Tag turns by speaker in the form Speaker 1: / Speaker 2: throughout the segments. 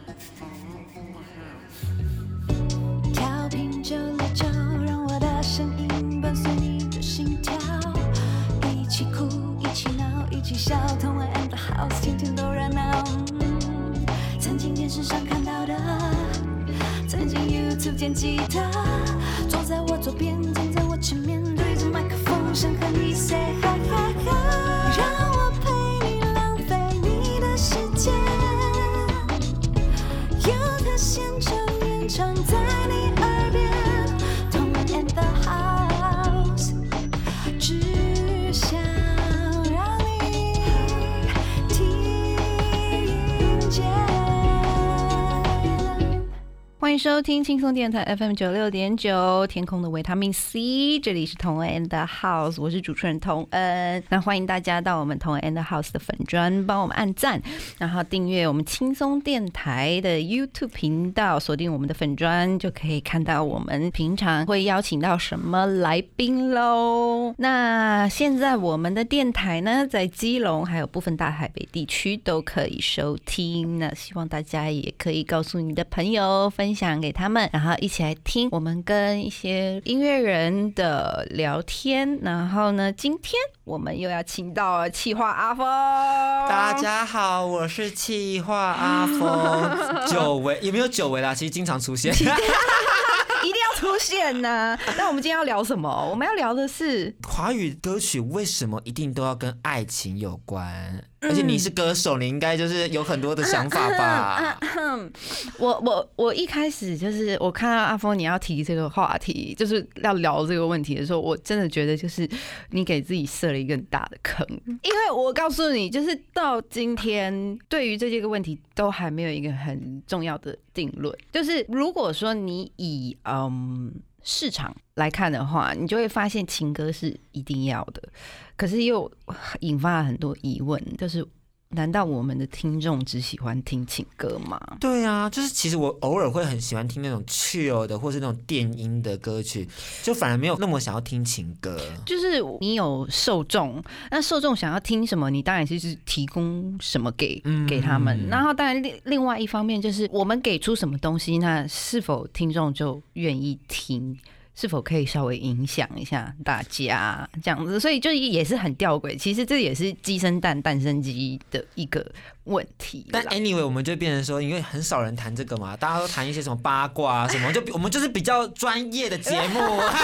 Speaker 1: 调频969，让我的声音伴随你的心跳，一起哭，一起闹，一起笑，同玩 and the house， 天天都热闹。曾经电视上看到的，曾经 YouTube 见吉他，坐在我左边，站在我前面，对着麦克风，想和你 say hi hi hi， 让我陪你浪费你的时间，有个现场演唱在你耳边，同玩 and the house， 只想让你听见。
Speaker 2: 欢迎收听轻松电台 FM96.9， 天空的维他命 C， 这里是同恩 and House， 我是主持人同恩。那欢迎大家到我们同恩 and House 的粉专，帮我们按赞，然后订阅我们轻松电台的 YouTube 频道，锁定我们的粉专，就可以看到我们平常会邀请到什么来宾喽。那现在我们的电台呢，在基隆还有部分大台北地区都可以收听。那希望大家也可以告诉你的朋友，分享给他们，然后一起来听我们跟一些音乐人的聊天。然后呢，今天我们又要请到了企划阿峰。
Speaker 3: 大家好，我是企划阿峰。久违也没有久违啦，其实经常出现。
Speaker 2: 一定要出现呢、那我们今天要聊什么？我们要聊的是
Speaker 3: 华语歌曲为什么一定都要跟爱情有关？而且你是歌手，你应该就是有很多的想法吧？
Speaker 2: 我一开始就是我看到阿峰你要提这个话题，就是要聊这个问题的时候，我真的觉得就是你给自己设了一个很大的坑，因为我告诉你，就是到今天对于这些个问题都还没有一个很重要的定论。就是如果说你以市场来看的话，你就会发现情歌是一定要的，可是又引发了很多疑问，就是难道我们的听众只喜欢听情歌吗？
Speaker 3: 对啊，就是其实我偶尔会很喜欢听那种 chill 的或是那种电音的歌曲，就反而没有那么想要听情歌。
Speaker 2: 就是你有受众，那受众想要听什么，你当然就是提供什么给他们。然后当然另外一方面就是我们给出什么东西，那是否听众就愿意听？是否可以稍微影响一下大家这样子，所以就也是很吊诡。其实这也是鸡生蛋，蛋生鸡的一个问题。
Speaker 3: 但 anyway， 我们就变成说，因为很少人谈这个嘛，大家都谈一些什么八卦啊什么，我们就是比较专业的节目。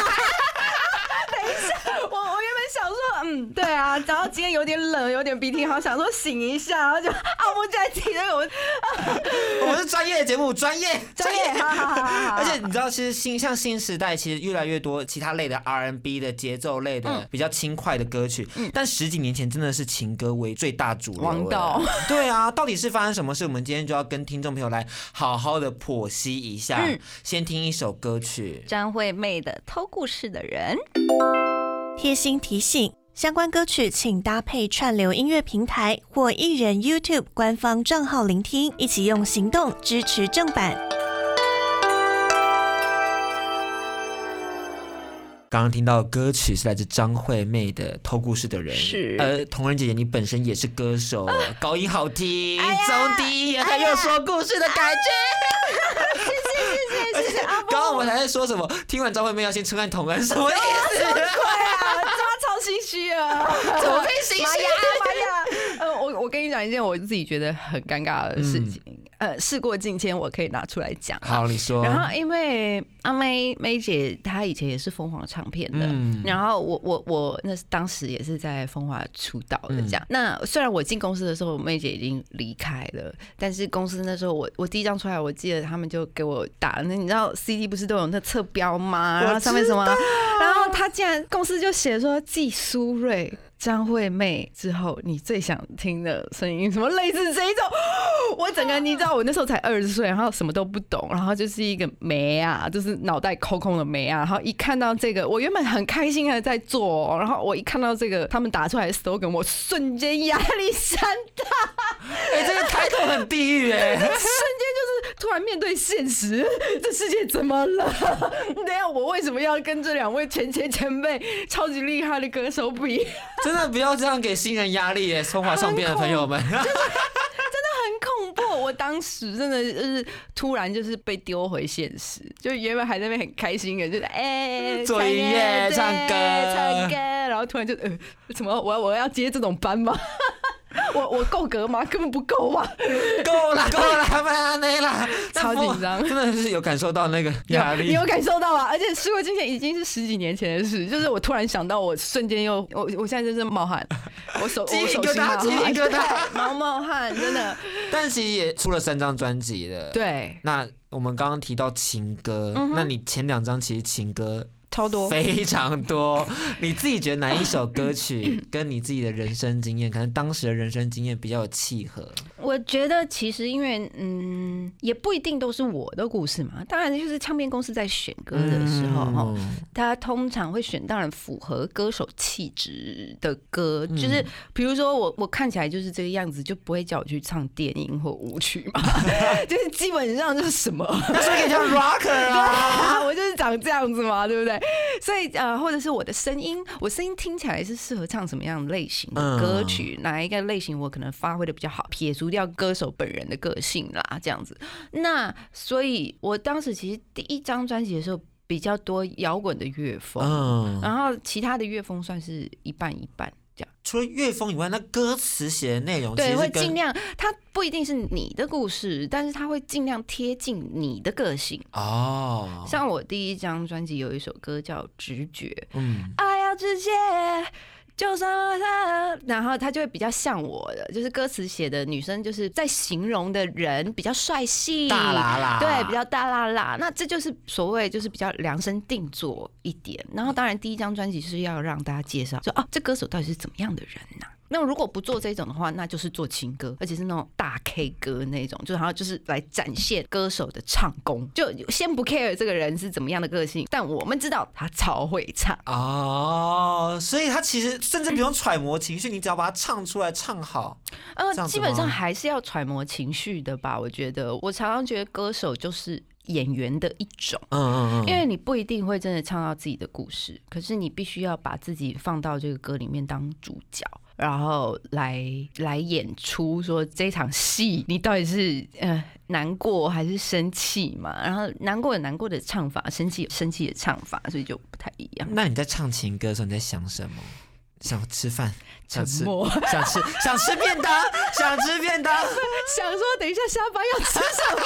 Speaker 2: 想说，对啊，然后今天有点冷，有点鼻涕，好想说醒一下，然后就我们就在提那个
Speaker 3: 我们是专业的节目，专业，
Speaker 2: 好。
Speaker 3: 而且你知道，其实像新时代，其实越来越多其他类的 R&B 的节奏类的比较轻快的歌曲，但10几年前真的是情歌为最大主流。
Speaker 2: 王道。对
Speaker 3: 啊，到底是发生什么事？我们今天就要跟听众朋友来好好的剖析一下。先听一首歌曲，
Speaker 2: 张惠妹的《偷故事的人》。
Speaker 4: 贴心提醒：相关歌曲请搭配串流音乐平台或艺人 YouTube 官方账号聆听，一起用行动支持正版。
Speaker 3: 刚刚听到的歌曲是来自张惠妹的《偷故事的人》，
Speaker 2: 是。
Speaker 3: 同仁姐姐，你本身也是歌手，高音好听，从第一眼很有说故事的感觉。谢谢阿峰。刚刚我们还在说什么？听完张惠妹要先称赞同恩，什么意思？
Speaker 2: 对啊，超心虚啊！
Speaker 3: 怎么可以心虚？
Speaker 2: 妈呀！我跟你讲一件我自己觉得很尴尬的事情。事过境迁，我可以拿出来讲。
Speaker 3: 好，你说。
Speaker 2: 然后因为阿妹姐她以前也是凤凰唱片的，然后我那当时也是在凤凰出道的这样。那虽然我进公司的时候，妹姐已经离开了，但是公司那时候我第一张出来，我记得他们就给我打那你知道 CD 不是都有那侧标吗？然后上面什么，然后他竟然公司就写说继苏芮、张惠妹之后，你最想听的声音，什么类似这一种，我整个你知道，我那时候才20岁，然后什么都不懂，然后就是一个妹啊，就是脑袋空空的妹啊，然后一看到这个，我原本很开心的在做，然后我一看到这个他们打出来的 slogan， 我瞬间压力山大。
Speaker 3: 这个开头很地狱瞬间
Speaker 2: 就是突然面对现实，这世界怎么了？等一下我为什么要跟这2位前辈超级厉害的歌手比？真
Speaker 3: 的不要这样给新人压力耶，中华唱片的朋友们。
Speaker 2: 真的很恐怖， 我当时真的就是突然就是被丢回现实，就原本还在那边很开心的，就是
Speaker 3: 做音乐、唱歌，
Speaker 2: 然后突然就什么我要接这种班吗？我够格吗？根本不够吧！
Speaker 3: 够了，慢内啦，
Speaker 2: 超紧张，
Speaker 3: 真的是有感受到那个压力。
Speaker 2: 你有感受到啊？而且事过境迁，已经是10几年前的事，就是我突然想到，我瞬间又我现在就是冒汗，我手心
Speaker 3: 疙瘩，
Speaker 2: 冒汗，真的。
Speaker 3: 但其实也出了3张专辑了。
Speaker 2: 对，
Speaker 3: 那我们刚刚提到情歌，那你前2张其实情歌
Speaker 2: 超多，
Speaker 3: 非常多。你自己觉得哪一首歌曲跟你自己的人生经验，可能当时的人生经验比较有契合？
Speaker 2: 我觉得其实因为也不一定都是我的故事嘛。当然就是唱片公司在选歌的时候，他通常会选当然符合歌手气质的歌，就是比如说我看起来就是这个样子，就不会叫我去唱电音或舞曲嘛，就是基本上就是什么，
Speaker 3: 那是可以叫 rocker 啊，
Speaker 2: 我就是长这样子嘛，对不对？所以或者是我的声音，我声音听起来是适合唱什么样的类型的歌曲，哪一个类型我可能发挥的比较好，撇除掉歌手本人的个性啦，这样子。那所以我当时其实第1张专辑的时候比较多摇滚的乐风，然后其他的乐风算是一半一半。
Speaker 3: 除了乐风以外，那歌词写的内容其实
Speaker 2: 对会尽量，它不一定是你的故事，但是它会尽量贴近你的个性哦。像我第1张专辑有一首歌叫《直觉》，爱要直接。就算他，然后他就会比较像我的，就是歌词写的女生，就是在形容的人比较帅气，
Speaker 3: 大啦啦，
Speaker 2: 对，比较大啦啦。那这就是所谓就是比较量身定做一点。然后当然第1张专辑是要让大家介绍，说这歌手到底是怎么样的人呐？那如果不做这种的话，那就是做情歌，而且是那种大 K 歌那种，就好像就是来展现歌手的唱功。就先不 care 这个人是怎么样的个性，但我们知道他超会唱
Speaker 3: 哦，所以他其实甚至不用揣摩情绪，你只要把它唱出来，唱好。
Speaker 2: 基本上还是要揣摩情绪的吧？我觉得，我常常觉得歌手就是演员的一种，因为你不一定会真的唱到自己的故事，可是你必须要把自己放到这个歌里面当主角。然后来演出，说这场戏你到底是难过还是生气嘛？然后难过有难过的唱法，生气有生气的唱法，所以就不太一样。
Speaker 3: 那你在唱情歌的时候，你在想什么？想吃饭，
Speaker 2: 沉默，
Speaker 3: 想吃便当，想吃便当，
Speaker 2: 想说等一下下班要吃什么。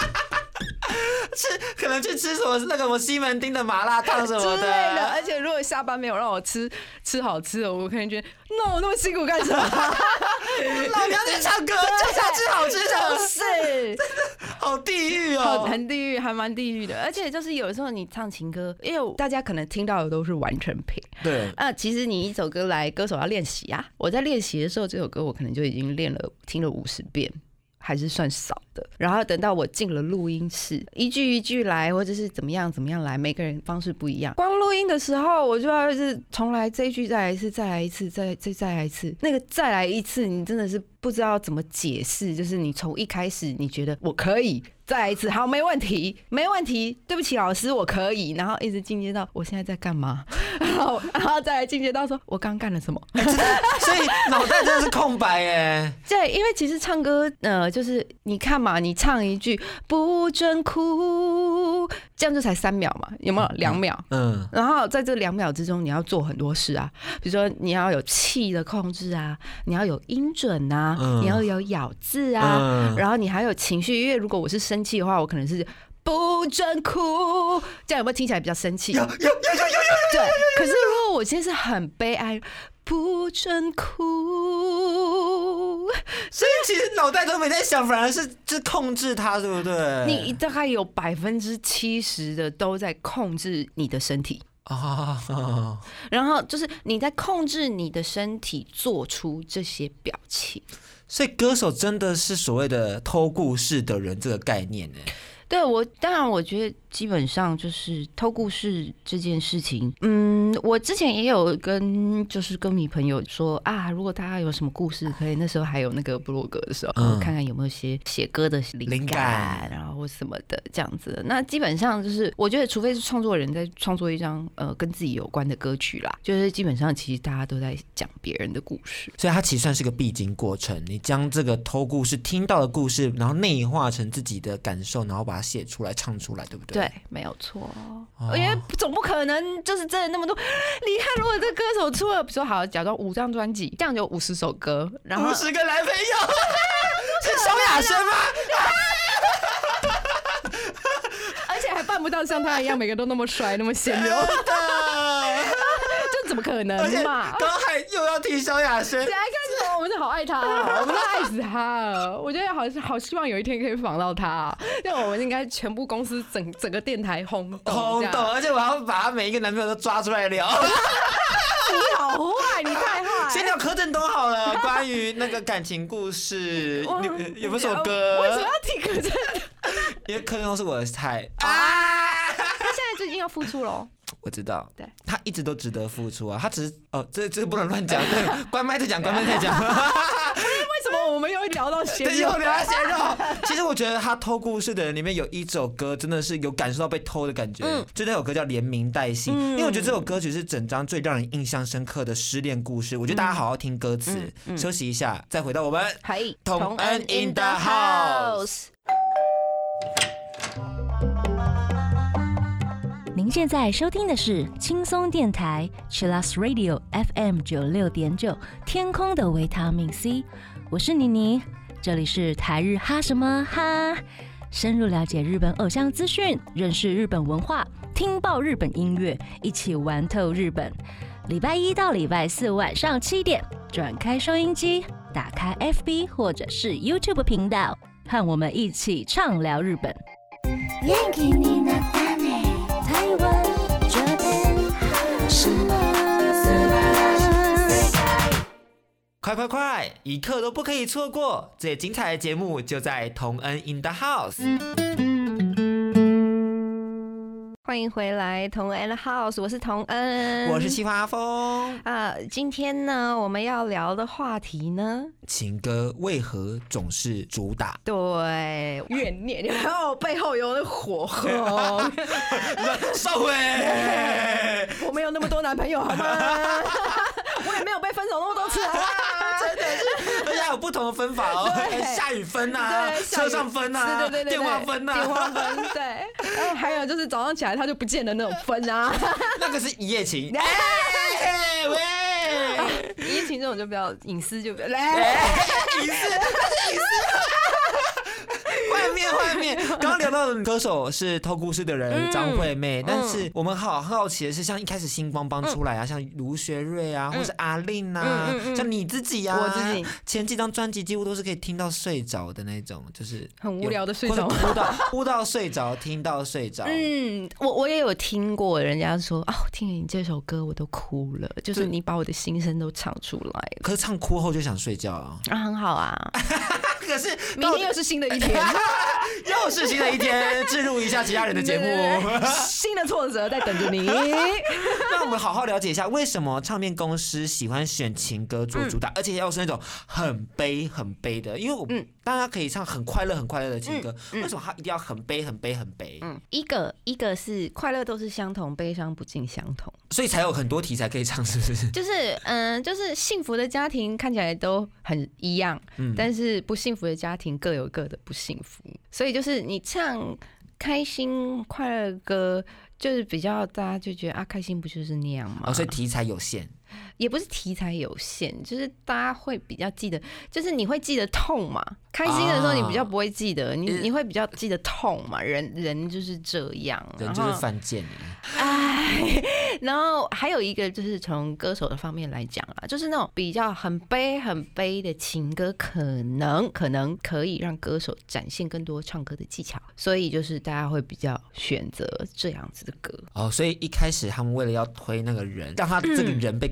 Speaker 3: 可能去吃什么那个什么西门町的麻辣烫什么的
Speaker 2: 之类的，而且如果下班没有让我吃好吃的，我可能觉得我那么辛苦干什么？
Speaker 3: 老娘在唱歌就是要吃好吃的，
Speaker 2: 是
Speaker 3: 好地狱哦，
Speaker 2: 很地狱，还蛮地狱的。而且就是有时候你唱情歌，因为大家可能听到的都是完成品，
Speaker 3: 对
Speaker 2: 其实你一首歌来，歌手要练习啊。我在练习的时候，这首歌我可能就已经听了50遍。还是算少的，然后等到我进了录音室，一句一句来，或者是怎么样来，每个人方式不一样。光录音的时候，我就要是重来这一句，再来一次，再来一次，再来一次。那个再来一次，你真的是不知道怎么解释。就是你从一开始你觉得我可以，再来一次，好，没问题，对不起老师，我可以。然后一直进阶到我现在在干嘛，然后再来进阶到说我刚干了什么。
Speaker 3: 所以脑袋真的是空白耶。
Speaker 2: 对，因为其实唱歌就是你看嘛，你唱一句不准哭，这样就才3秒嘛，有没有2秒？然后在这2秒之中，你要做很多事啊，比如说你要有气的控制啊，你要有音准啊，你要有咬字啊，然后你还有情绪，因为如果我是生气的话，我可能是不准哭，这样有没有听起来比较生气？有。对，可是如果我今天是很悲哀，不准哭，
Speaker 3: 所以其实脑袋都没在想，反而是就控制它，对不对？
Speaker 2: 你大概有70%的都在控制你的身体然后就是你在控制你的身体做出这些表情。
Speaker 3: 所以歌手真的是所谓的偷故事的人这个概念呢？
Speaker 2: 对当然我觉得基本上就是偷故事这件事情，我之前也有跟你朋友说啊，如果大家有什么故事可以，那时候还有那个部落格的时候，看看有没有些写歌的灵感，然后什么的这样子。那基本上就是我觉得，除非是创作人在创作一张跟自己有关的歌曲啦，就是基本上其实大家都在讲别人的故事，
Speaker 3: 所以它其实算是个必经过程。你将这个偷故事听到的故事，然后内化成自己的感受，然后把它写出来唱出来，对不对？
Speaker 2: 对，没有错。因为总不可能就是真的那么多。你看，如果这歌手出了，比如说好假装5张专辑，这样就50首歌，然后
Speaker 3: 50个男朋友，是萧亚轩吗？
Speaker 2: 而且还办不到像他一样，每个都那么帅，那么鲜肉。这怎么可能嘛？
Speaker 3: 刚还又要提萧亚轩，
Speaker 2: 谁爱看什么？我们就好爱他，我们都爱死他了。我觉得好希望有一天可以访到他，因为我们应该全部公司整个电台轰动，
Speaker 3: 而且我要把他每一个男朋友都抓出来聊。
Speaker 2: 你好坏，你太坏。
Speaker 3: 先聊柯震东好了，关于那个感情故事，有没有什么歌？
Speaker 2: 为什么要提柯震东？
Speaker 3: 因为柯震东是我的菜啊！
Speaker 2: 他现在最近要复出了。
Speaker 3: 我知道，
Speaker 2: 对，
Speaker 3: 他一直都值得付出啊。他只是这不能乱讲，对，关麦再讲，关麦再讲。
Speaker 2: 为什么我们又会聊到鲜肉？
Speaker 3: 又聊到鲜肉。其实我觉得他偷故事的人里面有一首歌，真的是有感受到被偷的感觉。就那首歌叫《连名带姓》，因为我觉得这首歌曲是整张最让人印象深刻的失恋故事。我觉得大家好好听歌词，休息一下，再回到我们同恩 in the house。
Speaker 5: 您现在收听的是轻松电台 Chillus Radio FM 96.9天空的维他命 C， 我是妮妮，这里是台日哈什么哈，深入了解日本偶像资讯，认识日本文化，听爆日本音乐，一起玩透日本。礼拜一到礼拜四晚上7点，转开收音机，打开 FB 或者是 YouTube 频道，和我们一起畅聊日本。台湾这边什么？
Speaker 3: 快！一刻都不可以错过，最精彩的节目就在同恩 in the house。
Speaker 2: 欢迎回来，同恩 in the house， 我是同恩，
Speaker 3: 我是企划风
Speaker 2: 今天呢，我们要聊的话题呢，
Speaker 3: 情歌为何总是主打？
Speaker 2: 对，怨念，然后背后有那火候。
Speaker 3: 少伟，
Speaker 2: 我没有那么多男朋友，好吗？我也没有被分手那么多次，
Speaker 3: 真的是，而且还有不同的分法哦，下雨分啊，车上分啊，
Speaker 2: 对，
Speaker 3: 电话分啊，
Speaker 2: 电话分，对，然后还有就是早上起来他就不见的那种分啊，
Speaker 3: 那个是一夜情。
Speaker 2: 一夜情这种就比较隐私，就比较
Speaker 3: 隐私。换面，刚刚聊到的歌手是偷故事的人张惠妹，但是我们好好奇的是，像一开始星光帮出来啊，像卢学瑞啊，或是阿令啊，像你自己啊，
Speaker 2: 我自己
Speaker 3: 前几张专辑几乎都是可以听到睡着的那种，就是
Speaker 2: 很无聊的睡着，
Speaker 3: 哭到睡着，听到睡着。
Speaker 2: 我也有听过人家说听了你这首歌我都哭了，就是你把我的心声都唱出来了。
Speaker 3: 可是唱哭后就想睡觉啊，
Speaker 2: 很好啊。
Speaker 3: 可是
Speaker 2: 明天又是新的一天，
Speaker 3: 又是新的一天，置入一下其他人的节目，
Speaker 2: 新的挫折在等着你。
Speaker 3: 那我们好好了解一下，为什么唱片公司喜欢选情歌做主打，而且要是那种很悲的？因为大家可以唱很快乐的情歌，为什么他一定要很悲？
Speaker 2: 一个是快乐都是相同，悲伤不尽相同，
Speaker 3: 所以才有很多题材可以唱，是不是？
Speaker 2: 就是幸福的家庭看起来都很一样，但是不幸福的家庭各有各的不幸福，所以就是你唱开心快乐的歌，就是比较大家就觉得开心不就是那样吗？
Speaker 3: 所以题材有限。
Speaker 2: 也不是题材有限，就是大家会比较记得，就是你会记得痛嘛。开心的时候你比较不会记得，你会比较记得痛嘛。人就是这样，
Speaker 3: 人就是犯贱。
Speaker 2: 然后还有一个就是从歌手的方面来讲啦，就是那种比较很悲的情歌，可能可以让歌手展现更多唱歌的技巧，所以就是大家会比较选择这样子的歌。
Speaker 3: 所以一开始他们为了要推那个人，让他这个人被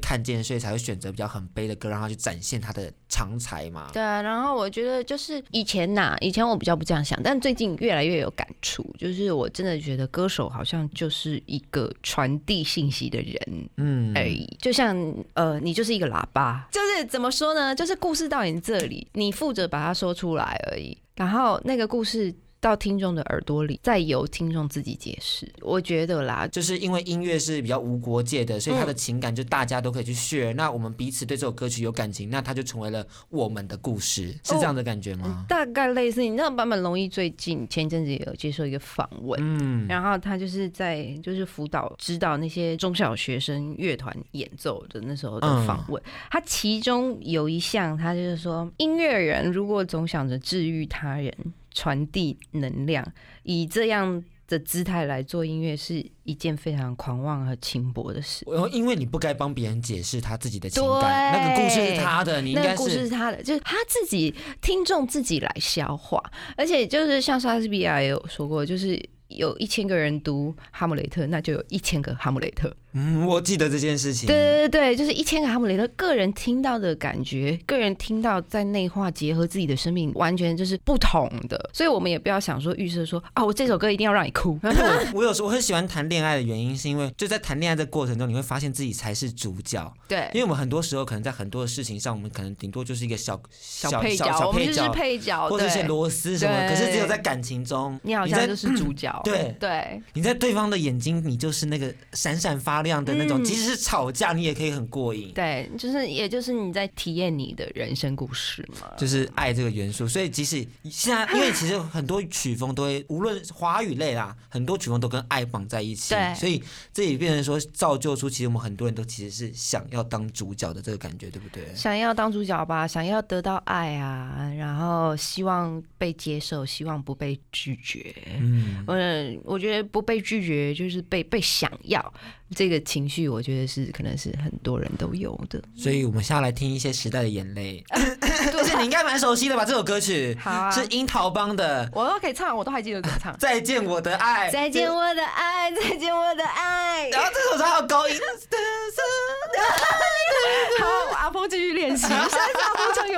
Speaker 3: 看见，所以才会选择比较很悲的歌，让他去展现他的长才嘛。
Speaker 2: 对啊，然后我觉得就是以前我比较不这样想，但最近越来越有感触，就是我真的觉得歌手好像就是一个传递信息的人而已，就像你就是一个喇叭，就是怎么说呢？就是故事到你这里，你负责把它说出来而已，然后那个故事到听众的耳朵里，再由听众自己解释。我觉得啦，
Speaker 3: 就是因为音乐是比较无国界的，所以它的情感就大家都可以去 share。那我们彼此对这首歌曲有感情，那它就成为了我们的故事，是这样的感觉吗？
Speaker 2: 大概类似。你知道坂本龙一最近前一阵子也有接受一个访问，然后他就是在辅导指导那些中小学生乐团演奏的那时候的访问，他其中有一项，他就是说，音乐人如果总想着治愈他人，传递能量，以这样的姿态来做音乐，是一件非常狂妄和轻薄的事。
Speaker 3: 因为你不该帮别人解释他自己的情感，那个故事是他的，你应该是
Speaker 2: 那个故事是他的，就是他自己听众自己来消化。而且就是像莎士比亚也有说过，就是有1000个人读哈姆雷特，那就有1000个哈姆雷特。
Speaker 3: 我记得这件事情。
Speaker 2: 对，就是1000个哈姆雷特，个人听到的感觉，个人听到在内化结合自己的生命，完全就是不同的。所以我们也不要想说预设说我这首歌一定要让你哭。
Speaker 3: 我有时候我很喜欢谈恋爱的原因，是因为就在谈恋爱的过程中，你会发现自己才是主角。
Speaker 2: 对，
Speaker 3: 因为我们很多时候可能在很多的事情上，我们可能顶多就是一个小
Speaker 2: 配角，我们就是配角，
Speaker 3: 或者一些螺丝什么。可是只有在感情中，
Speaker 2: 你好像就是主角。对，
Speaker 3: 你在对方的眼睛，你就是那个闪闪发亮的那种，即使是吵架，你也可以很过瘾。
Speaker 2: 对，也就是你在体验你的人生故事嘛，
Speaker 3: 就是爱这个元素。所以即使现在，因为其实很多曲风都会，无论华语类啦，很多曲风都跟爱绑在一起。所以这也变成说，造就出其实我们很多人都其实是想要当主角的这个感觉，对不对？
Speaker 2: 想要当主角吧，想要得到爱啊，然后希望被接受，希望不被拒绝。我觉得不被拒绝就是被想要，这个情绪我觉得是可能是很多人都有的。
Speaker 3: 所以我们下来听一些时代的眼泪。就是你应该蛮熟悉的吧？这首歌曲
Speaker 2: 好啊，
Speaker 3: 是樱桃帮的，
Speaker 2: 我都可以唱，我都还记得怎么唱。
Speaker 3: 再见我的爱，
Speaker 2: 再见我的爱，再见我的爱。
Speaker 3: 然后这首还有高音。
Speaker 2: 好，阿峰继续练习，下次阿峰唱有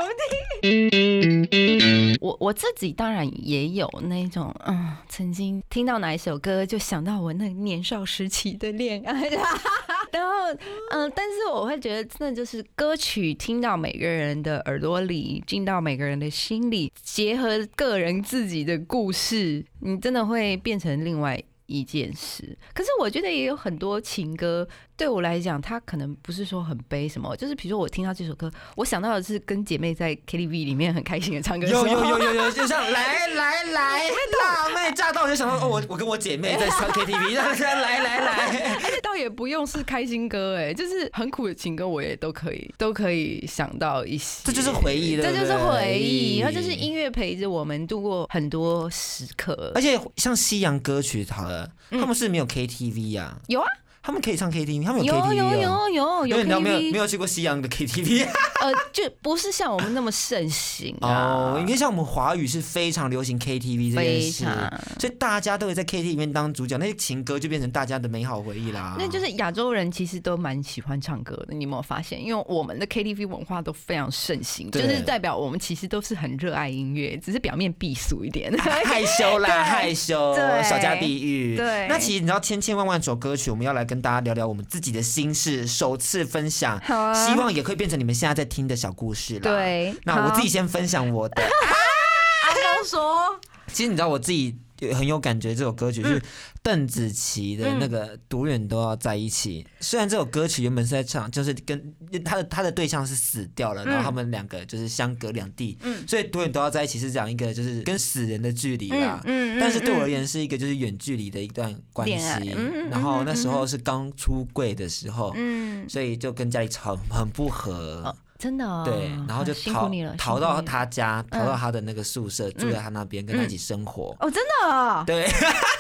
Speaker 2: 听。我自己当然也有那种曾经听到哪一首歌就想到我那年少时期的恋爱。然后但是我会觉得真的就是歌曲听到每个人的耳朵里，进到每个人的心里，结合个人自己的故事，你真的会变成另外一件事。可是我觉得也有很多情歌对我来讲，它可能不是说很悲什么，就是比如说我听到这首歌，我想到的是跟姐妹在 KTV 里面很开心的唱歌。
Speaker 3: 有，就像来辣妹驾到，我就想到我跟我姐妹在唱 KTV， 来，
Speaker 2: 而且倒也不用是开心歌，就是很苦的情歌，我也都可以想到一些。
Speaker 3: 这就是回忆，
Speaker 2: 这就是回忆，它就是音乐陪着我们度过很多时刻。
Speaker 3: 而且像西洋歌曲好了，他们是没有 KTV 啊？
Speaker 2: 有啊。
Speaker 3: 他们可以唱 KTV， 他们有 KTV
Speaker 2: 有
Speaker 3: 因为你没有去过西洋的 KTV，
Speaker 2: 就不是像我们那么盛行啊。
Speaker 3: 因为像我们华语是非常流行 KTV 这件事，所以大家都会在 KTV 里面当主角，那些情歌就变成大家的美好回忆啦。
Speaker 2: 那就是亚洲人其实都蛮喜欢唱歌的，你有没有发现？因为我们的 KTV 文化都非常盛行，就是代表我们其实都是很热爱音乐，只是表面避俗一点，
Speaker 3: 害羞啦，害羞，小家碧玉。
Speaker 2: 对，
Speaker 3: 那其实你知道千千万万首歌曲，我们要来跟大家聊聊我们自己的心事，首次分享，希望也可以变成你们现在在听的小故事啦。
Speaker 2: 对，
Speaker 3: 那我自己先分享我的。
Speaker 2: 阿峰说，
Speaker 3: 其实你知道我自己很有感觉，这首歌曲是邓紫棋的那个永远都要在一起。虽然这首歌曲原本是在唱，就是跟他的对象是死掉了，然后他们两个就是相隔两地，所以永远都要在一起是讲一个就是跟死人的距离啦。但是对我而言是一个就是远距离的一段关系。然后那时候是刚出柜的时候，所以就跟家里吵很不合。
Speaker 2: 真的
Speaker 3: 对，然后就逃到他家，逃到他的那个宿舍，住在他那边，跟他一起生活。
Speaker 2: 真的
Speaker 3: 对。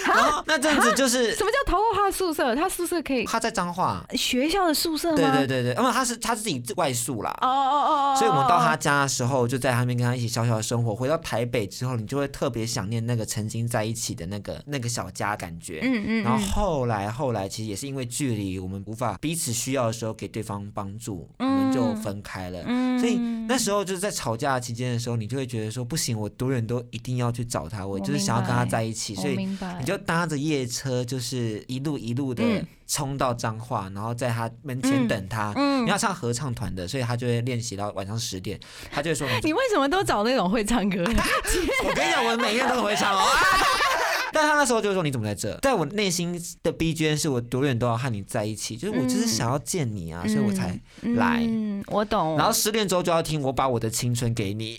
Speaker 3: 然后那阵子就是
Speaker 2: 什么叫逃过他的宿舍？他宿舍可以？
Speaker 3: 他在彰化
Speaker 2: 学校的宿舍吗？
Speaker 3: 对，因为他是自己外宿啦。
Speaker 2: 哦，
Speaker 3: 所以我们到他家的时候，就在他那边跟他一起小小的生活。回到台北之后，你就会特别想念那个曾经在一起的那个小家感觉。然后后来其实也是因为距离，我们无法彼此需要的时候给对方帮助，我们就分开了。所以那时候就是在吵架期间的时候，你就会觉得说不行，我多远都一定要去找他，我就是想要跟他在一起。所以你就搭着夜车，就是一路的冲到彰化，然后在他门前等他。因为他唱合唱团的，所以他就会练习到晚上10点。他就会说：“
Speaker 2: 你为什么都找那种会唱歌的？”
Speaker 3: 我跟你讲，我每个人都很会唱哦。但他那时候就说：“你怎么在这？”在我内心的 BGM 是我多远都要和你在一起，就是我就是想要见你啊，所以我才来。
Speaker 2: 我懂。
Speaker 3: 然后失恋之后就要听我把我的青春给你。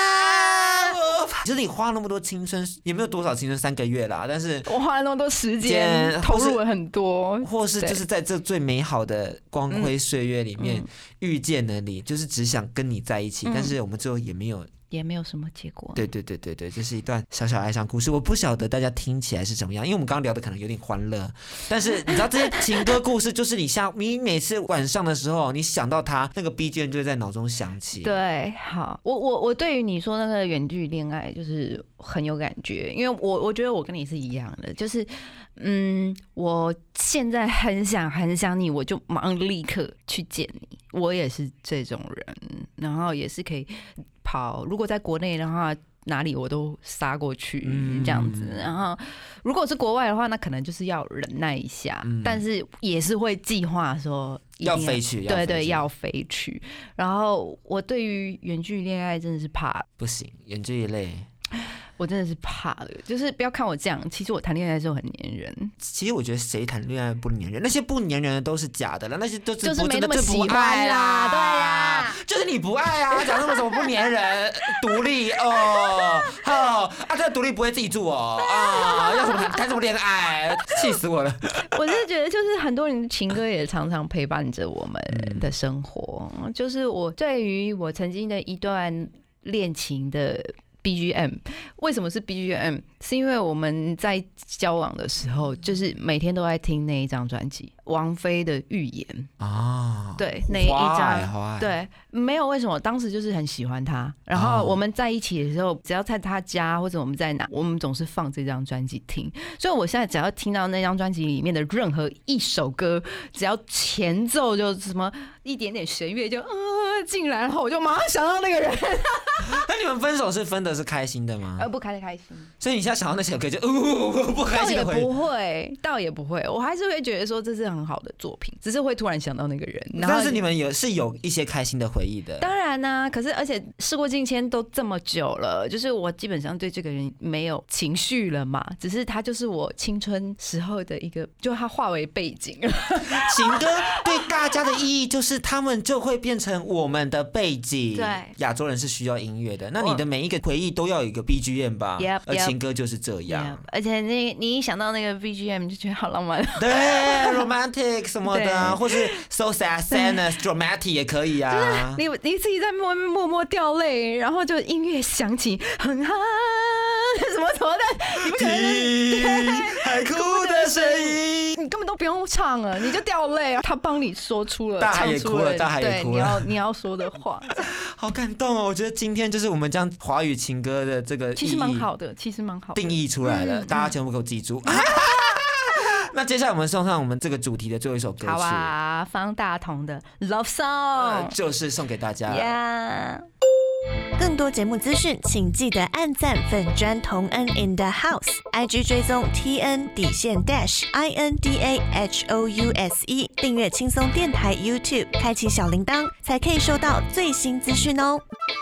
Speaker 3: 就是你花那么多青春，也没有多少青春，3个月啦，但是
Speaker 2: 我花了那么多时间，投入了很多，
Speaker 3: 或是就是在这最美好的光辉岁月里面遇见了你，就是只想跟你在一起，但是我们最后也没有什么结果。对，这是一段小小哀伤故事。我不晓得大家听起来是怎么样，因为我们刚刚聊的可能有点欢乐，但是你知道这些情歌故事，就是你每次晚上的时候，你想到他那个 BGM 就会在脑中响起。对，
Speaker 2: 好，我对于你说那个远距恋爱就是很有感觉，因为我觉得我跟你是一样的，就是我现在很想你，我就马上立刻去见你。我也是这种人，然后也是可以跑，如果在国内的话，哪里我都杀过去这样子。然后如果是国外的话，那可能就是要忍耐一下，但是也是会计划说
Speaker 3: 要飞去，
Speaker 2: 对，要飞去。然后我对于远距恋爱真的是怕，
Speaker 3: 不行，远距离累。
Speaker 2: 我真的是怕了，就是不要看我这样，其实我谈恋爱的时候很黏人。
Speaker 3: 其实我觉得谁谈恋爱不黏人？那些不黏人的都是假的了，那些都是
Speaker 2: 就是没那么喜欢
Speaker 3: 啦，
Speaker 2: 对呀，
Speaker 3: 就是你不爱啊，讲那么什么不黏人，独立这个独立不会自己住要什么谈什么恋爱，气死我了。
Speaker 2: 我是觉得就是很多人的情歌也常常陪伴着我们的生活，就是我对于我曾经的一段恋情的BGM， 为什么是 BGM？ 是因为我们在交往的时候，就是每天都在听那一张专辑，王菲的《预言》啊，对，那一张，对，没有为什么，当时就是很喜欢他。然后我们在一起的时候，只要在他家或者我们在哪，我们总是放这张专辑听。所以我现在只要听到那张专辑里面的任何一首歌，只要前奏就什么一点点弦乐就进来，然后我就马上想到那个人。
Speaker 3: 那你们分手是分的是开心的吗？
Speaker 2: 不开心。
Speaker 3: 所以你现在想到那首歌就不开心的回忆？
Speaker 2: 倒也不会，我还是会觉得说这是很好的作品，只是会突然想到那个人。
Speaker 3: 但是你们有一些开心的回忆的。
Speaker 2: 当然啊，可是而且事过境迁都这么久了，就是我基本上对这个人没有情绪了嘛，只是他就是我青春时候的一个，就他化为背景。
Speaker 3: 情歌对大家的意义就是他们就会变成我们的背景。
Speaker 2: 对，
Speaker 3: 亚洲人是需要音乐的，那你的每一个回忆都要有一个 BGM 吧？而情歌就是这样。
Speaker 2: 而且你一想到那个 BGM 就觉得好浪漫。
Speaker 3: 对 ，romantic 什么的，或是 so sad sadness dramatic 也可以啊。
Speaker 2: 你自己在默默掉泪，然后就音乐响起，很哈什么的，你不觉得
Speaker 3: 海哭的声音，
Speaker 2: 你根本都不用唱了，你就掉泪，他帮你说出了，
Speaker 3: 大海也哭了，大海也哭了，
Speaker 2: 你要说的话，
Speaker 3: 好感动哦！我觉得今天就是我们将华语情歌的这个
Speaker 2: 其实蛮好的，
Speaker 3: 定义出来了，大家全部给我记住。那接下来我们送上我们这个主题的最后一首歌曲，
Speaker 2: 好啊，方大同的 Love Song，
Speaker 3: 就是送给大家。
Speaker 4: 更多节目资讯，请记得按赞粉专同恩 in the house，IG 追踪 TN_INDAHOUSE， 订阅轻松电台 YouTube， 开启小铃铛，才可以收到最新资讯哦。